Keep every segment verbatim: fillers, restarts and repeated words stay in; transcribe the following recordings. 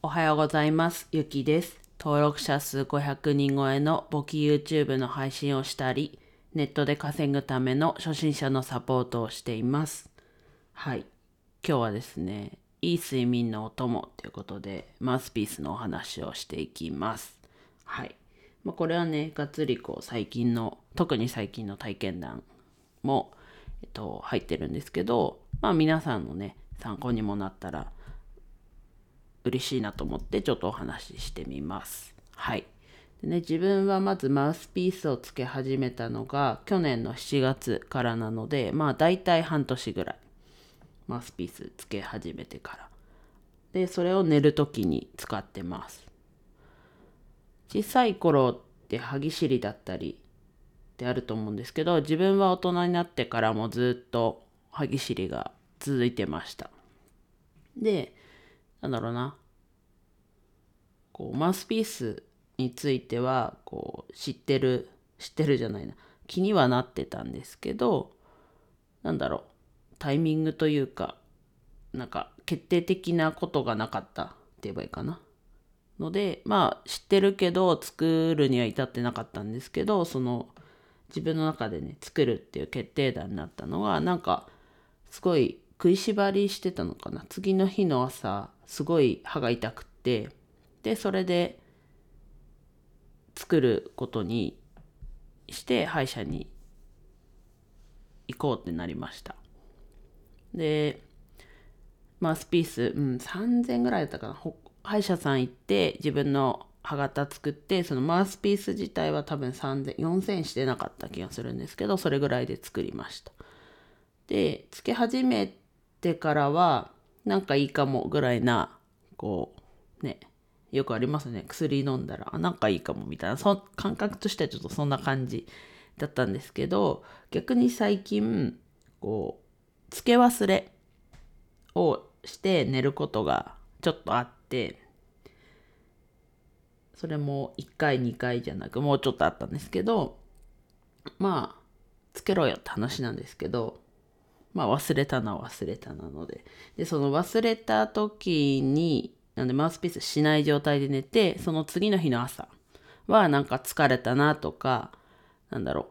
おはようございます。ゆきです。登録者数ごひゃくにん超えの簿記 YouTube の配信をしたり、ネットで稼ぐための初心者のサポートをしています。はい。今日はですね、いい睡眠のお供ということで、マウスピースのお話をしていきます。はい。まあ、これはね、がっつりこう最近の、特に最近の体験談も、えっと、入ってるんですけど、まあ皆さんのね、参考にもなったら、嬉しいなと思ってちょっとお話ししてみます。はい。でね、自分はまずマウスピースをつけ始めたのが去年のしちがつからなので、まあ大体半年ぐらいマウスピースつけ始めてから。で、それを寝るときに使ってます。小さい頃って歯ぎしりだったりってあると思うんですけど、自分は大人になってからもずっと歯ぎしりが続いてました。で、なんだろうな。こうマウスピースについてはこう知ってる知ってるじゃないな気にはなってたんですけど、なんだろうタイミングというかなんか決定的なことがなかったって言えばいいかなので、まあ知ってるけど作るには至ってなかったんですけど、その自分の中でね作るっていう決定打になったのはなんかすごい食いしばりしてたのかな。次の日の朝すごい歯が痛くって、でそれで作ることにして歯医者に行こうってなりました。でマウスピース、うん、さんぜんぐらいだったかな。歯医者さん行って自分の歯型作って、そのマウスピース自体は多分さんぜん、よんせんしてなかった気がするんですけど、それぐらいで作りました。で、つけ始めてからは、なんかいいかもぐらいな、こう、ね、よくありますね。薬飲んだら、あ、なんかいいかもみたいな、そ感覚としてはちょっとそんな感じだったんですけど、逆に最近、こう、つけ忘れをして寝ることがちょっとあって、それもいっかいにかいじゃなくもうちょっとあったんですけど、まあつけろよって話なんですけど、まあ忘れたのは忘れたなので、でその忘れた時になんでマウスピースしない状態で寝て、その次の日の朝はなんか疲れたなとか、なんだろ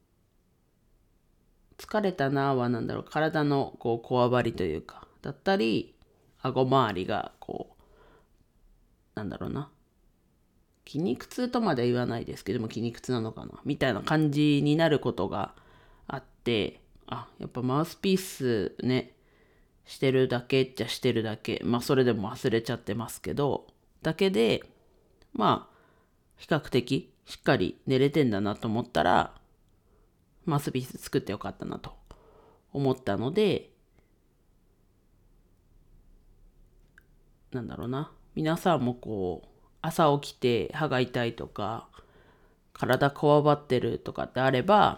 う疲れたなはなんだろう体のこうこわばりというかだったり、顎周りがこうなんだろうな筋肉痛とまでは言わないですけども、筋肉痛なのかなみたいな感じになることがあって、あ、やっぱマウスピースねしてるだけっちゃしてるだけ、まあそれでも忘れちゃってますけど、だけでまあ比較的しっかり寝れてんだなと思ったら、マウスピース作ってよかったなと思ったので、なんだろうな皆さんもこう朝起きて歯が痛いとか体こわばってるとかってあれば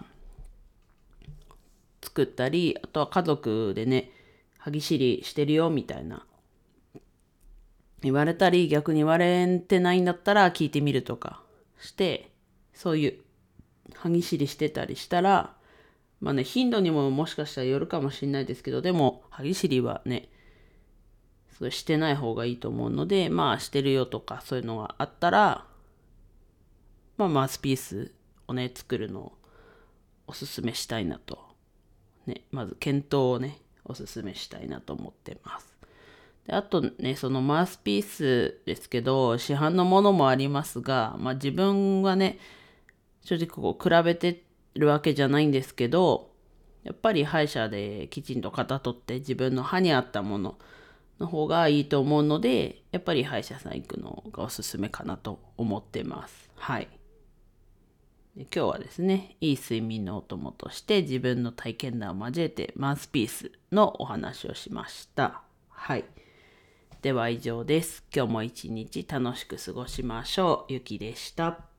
作ったり、あとは家族でね歯ぎしりしてるよみたいな言われたり、逆に言われてないんだったら聞いてみるとかして、そういう歯ぎしりしてたりしたら、まあね頻度にももしかしたらよるかもしれないですけど、でも歯ぎしりはねそれしてない方がいいと思うので、まあしてるよとかそういうのがあったら、まあマウスピースをね作るのをおすすめしたいなと、ね、まず検討をねおすすめしたいなと思ってます。であとね、そのマウスピースですけど市販のものもありますが、まあ自分はね正直こう比べてるわけじゃないんですけど、やっぱり歯医者できちんと型取って自分の歯に合ったものの方がいいと思うので、やっぱり歯医者さん行くのがおすすめかなと思ってます。はい。で今日はですね、いい睡眠のお供として自分の体験談を交えてマウスピースのお話をしました。はい。では以上です。今日も一日楽しく過ごしましょう。ゆきでした。